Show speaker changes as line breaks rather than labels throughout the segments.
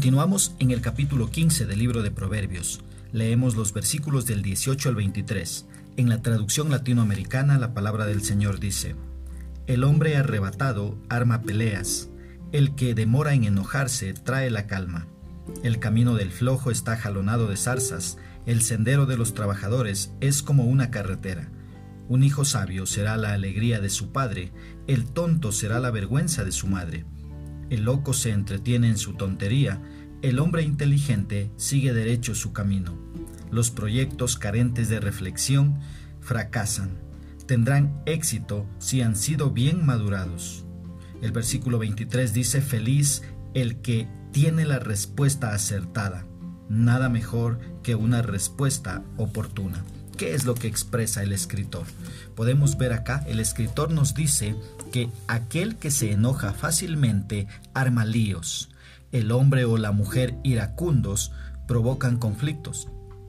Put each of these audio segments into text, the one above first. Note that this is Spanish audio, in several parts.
Continuamos en el capítulo 15 del libro de Proverbios. Leemos los versículos del 18 al 23. En la traducción latinoamericana, la palabra del Señor dice: El hombre arrebatado arma peleas, el que demora en enojarse trae la calma. El camino del flojo está jalonado de zarzas, el sendero de los trabajadores es como una carretera. Un hijo sabio será la alegría de su padre, el tonto será la vergüenza de su madre. El loco se entretiene en su tontería, el hombre inteligente sigue derecho su camino. Los proyectos carentes de reflexión fracasan. Tendrán éxito si han sido bien madurados. El versículo 23 dice: Feliz el que tiene la respuesta acertada. Nada mejor que una respuesta oportuna. ¿Qué es lo que expresa el escritor? Podemos ver acá, el escritor nos dice que aquel que se enoja fácilmente arma líos. El hombre o la mujer iracundos provocan conflictos.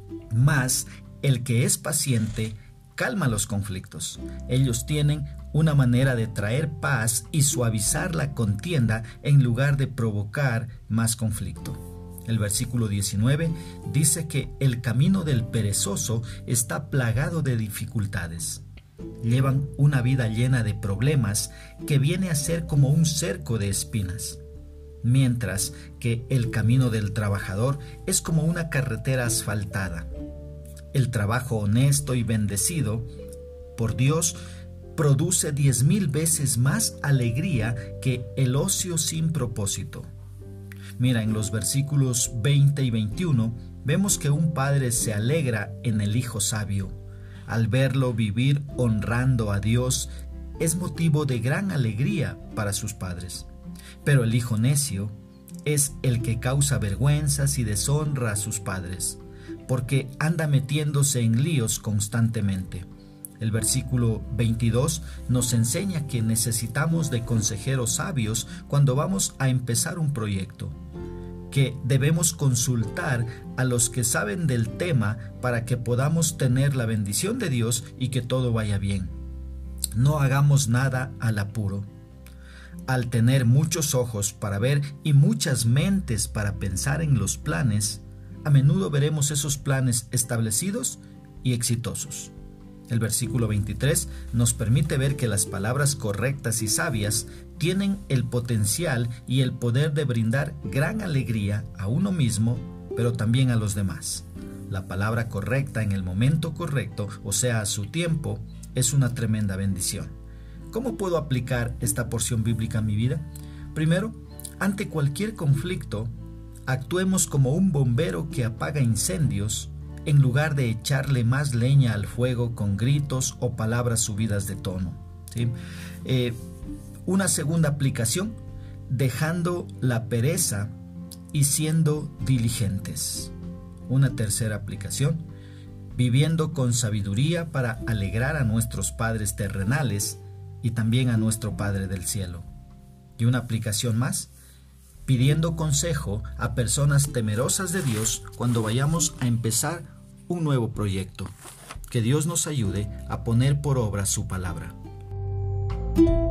Mas el que es paciente calma los conflictos. Ellos tienen una manera de traer paz y suavizar la contienda en lugar de provocar más conflicto. El versículo 19 dice que el camino del perezoso está plagado de dificultades. Llevan una vida llena de problemas que viene a ser como un cerco de espinas, mientras que el camino del trabajador es como una carretera asfaltada. El trabajo honesto y bendecido por Dios produce 10,000 veces más alegría que el ocio sin propósito. Mira, en los versículos 20 y 21 vemos que un padre se alegra en el hijo sabio. Al verlo vivir honrando a Dios es motivo de gran alegría para sus padres. Pero el hijo necio es el que causa vergüenzas y deshonra a sus padres, porque anda metiéndose en líos constantemente. El versículo 22 nos enseña que necesitamos de consejeros sabios cuando vamos a empezar un proyecto, que debemos consultar a los que saben del tema para que podamos tener la bendición de Dios y que todo vaya bien. No hagamos nada al apuro. Al tener muchos ojos para ver y muchas mentes para pensar en los planes, a menudo veremos esos planes establecidos y exitosos. El versículo 23 nos permite ver que las palabras correctas y sabias tienen el potencial y el poder de brindar gran alegría a uno mismo, pero también a los demás. La palabra correcta en el momento correcto, o sea, a su tiempo, es una tremenda bendición. ¿Cómo puedo aplicar esta porción bíblica a mi vida? Primero, ante cualquier conflicto, actuemos como un bombero que apaga incendios, en lugar de echarle más leña al fuego con gritos o palabras subidas de tono, ¿sí? Una segunda aplicación, dejando la pereza y siendo diligentes. Una tercera aplicación, viviendo con sabiduría para alegrar a nuestros padres terrenales y también a nuestro Padre del cielo. Y una aplicación más, pidiendo consejo a personas temerosas de Dios cuando vayamos a empezar un nuevo proyecto. Que Dios nos ayude a poner por obra su palabra.